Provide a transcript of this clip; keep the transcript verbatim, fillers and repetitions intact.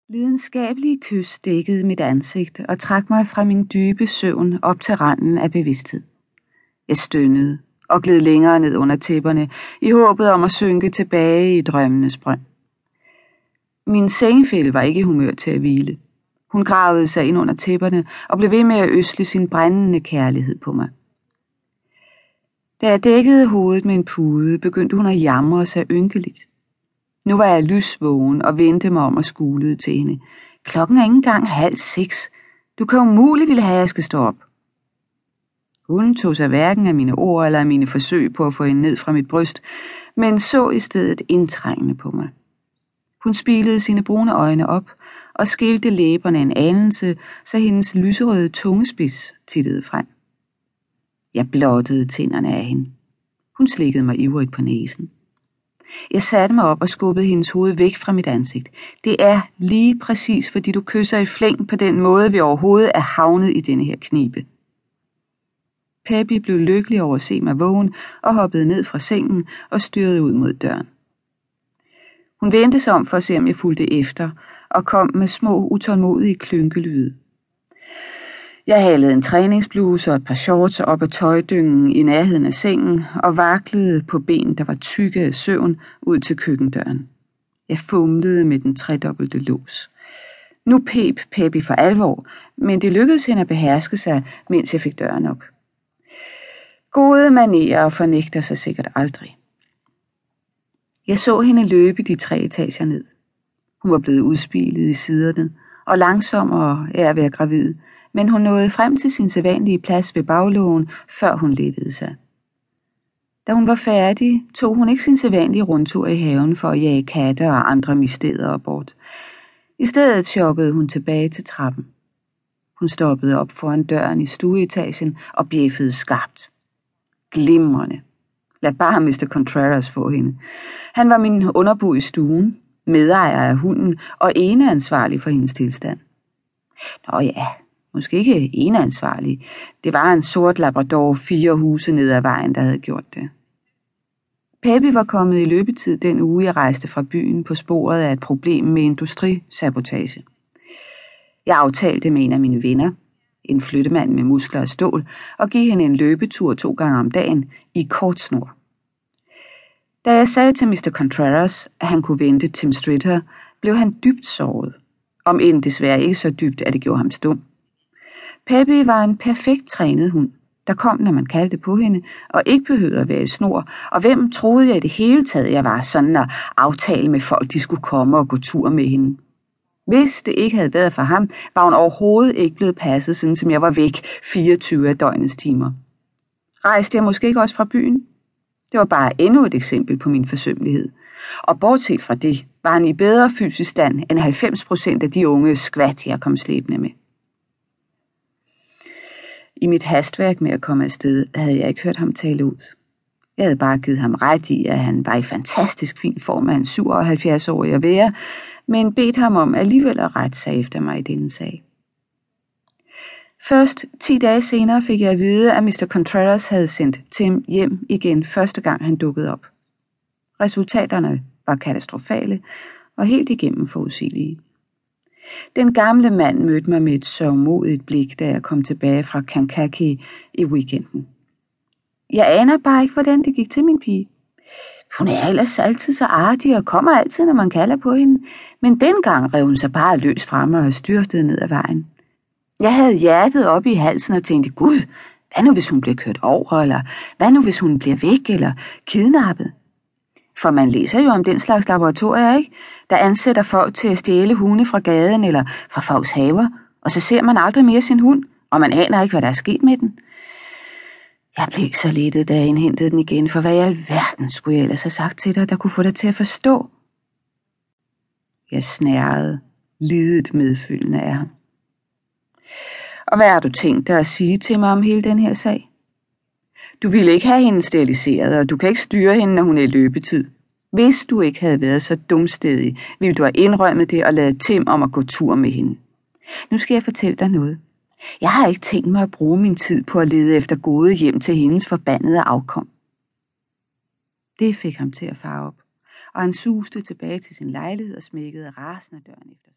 Lidenskabelige kys dækkede mit ansigt og trak mig fra min dybe søvn op til randen af bevidsthed. Jeg stønnede og gled længere ned under tæpperne i håbet om at synke tilbage i drømmenes brønd. Min sengefælde var ikke i humør til at hvile. Hun gravede sig ind under tæpperne og blev ved med at øsle sin brændende kærlighed på mig. Da jeg dækkede hovedet med en pude, begyndte hun at jamre sig ynkeligt. Nu var jeg lysvågen og vendte mig om og skulede til hende. Klokken er ikke engang halv seks. Du kan umuligt ville have, at jeg skal stå op. Hun tog sig hverken af mine ord eller af mine forsøg på at få hende ned fra mit bryst, men så i stedet indtrængende på mig. Hun spilede sine brune øjne op og skilte læberne en anelse, så hendes lyserøde tungespids tittede frem. Jeg blottede tænderne af hende. Hun slikkede mig ivrigt på næsen. Jeg satte mig op og skubbede hendes hoved væk fra mit ansigt. Det er lige præcis, fordi du kysser i flæng på den måde, vi overhovedet er havnet i denne her knibe. Peppy blev lykkelig over at se mig vågen og hoppede ned fra sengen og styrede ud mod døren. Hun vendte sig om for at se, om jeg fulgte efter, og kom med små, utålmodige klønkelyde. Jeg halede en træningsbluse og et par shorts op ad tøjdyngen i nærheden af sengen og vaklede på ben, der var tykke af søvn, ud til køkkendøren. Jeg fumlede med den tredobbelte lås. Nu pep Peppy for alvor, men det lykkedes hende at beherske sig, mens jeg fik døren op. Gode manerer fornægter sig sikkert aldrig. Jeg så hende løbe de tre etager ned. Hun var blevet udspilet i siderne og langsommere af at være gravid, men hun nåede frem til sin sædvanlige plads ved baglågen, før hun lettede sig. Da hun var færdig, tog hun ikke sin sædvanlige rundtur i haven for at jage katte og andre misteder bort. I stedet chokkede hun tilbage til trappen. Hun stoppede op foran døren i stueetagen og bjæffede skarpt. Glimrende. Lad bare mister Contreras få hende. Han var min underbo i stuen, medejer af hunden og eneansvarlig for hendes tilstand. Nå ja, måske ikke eneansvarlig. Det var en sort labrador fire huse ned ad vejen, der havde gjort det. Peppy var kommet i løbetid den uge, jeg rejste fra byen på sporet af et problem med industrisabotage. Jeg aftalte med en af mine venner, en flyttemand med muskler og stål, og give hende en løbetur to gange om dagen i kort snor. Da jeg sagde til mister Contreras, at han kunne vente Tim Stritter, blev han dybt såret, om end desværre ikke så dybt, at det gjorde ham stum. Peppy var en perfekt trænet hund, der kom, når man kaldte på hende, og ikke behøvede at være i snor, og hvem troede jeg i det hele taget, jeg var sådan at aftale med folk, de skulle komme og gå tur med hende. Hvis det ikke havde været for ham, var hun overhovedet ikke blevet passet, sådan som jeg var væk fireogtyve af døgnets timer. Rejste jeg måske ikke også fra byen? Det var bare endnu et eksempel på min forsømmelighed. Og bortset fra det, var han i bedre fysisk stand end halvfems procent af de unge skvat, jeg kom slæbende med. I mit hastværk med at komme afsted, havde jeg ikke hørt ham tale ud. Jeg havde bare givet ham ret i, at han var i fantastisk fin form af en syvoghalvfjerds-årig at være, men bedt ham om alligevel at rette sig efter mig i denne sag. Først ti dage senere fik jeg at vide, at mister Contreras havde sendt Tim hjem igen første gang han dukkede op. Resultaterne var katastrofale og helt igennem forudsigelige. Den gamle mand mødte mig med et sørgmodigt blik, da jeg kom tilbage fra Kankakee i weekenden. Jeg aner bare ikke, hvordan det gik til min pige. Hun er ellers altid så artig og kommer altid, når man kalder på hende, men dengang rev hun sig bare løs fra mig og styrtede ned ad vejen. Jeg havde hjertet op i halsen og tænkte, gud, hvad nu hvis hun bliver kørt over, eller hvad nu hvis hun bliver væk eller kidnappet? For man læser jo om den slags laboratorier, ikke? Der ansætter folk til at stjæle hunde fra gaden eller fra folks haver, og så ser man aldrig mere sin hund, og man aner ikke, hvad der er sket med den. Jeg blev så lettet, da jeg indhentede den igen, for hvad i alverden skulle jeg ellers have sagt til dig, der kunne få dig til at forstå? Jeg snærede, lidet medfølende af ham. Og hvad har du tænkt dig at sige til mig om hele den her sag? Du ville ikke have hende steriliseret, og du kan ikke styre hende, når hun er i løbetid. Hvis du ikke havde været så dumstædig, ville du have indrømmet det og ladet Tim om at gå tur med hende. Nu skal jeg fortælle dig noget. Jeg har ikke tænkt mig at bruge min tid på at lede efter gode hjem til hendes forbandede afkom. Det fik ham til at fare op, og han suste tilbage til sin lejlighed og smækkede rasende døren efter sig.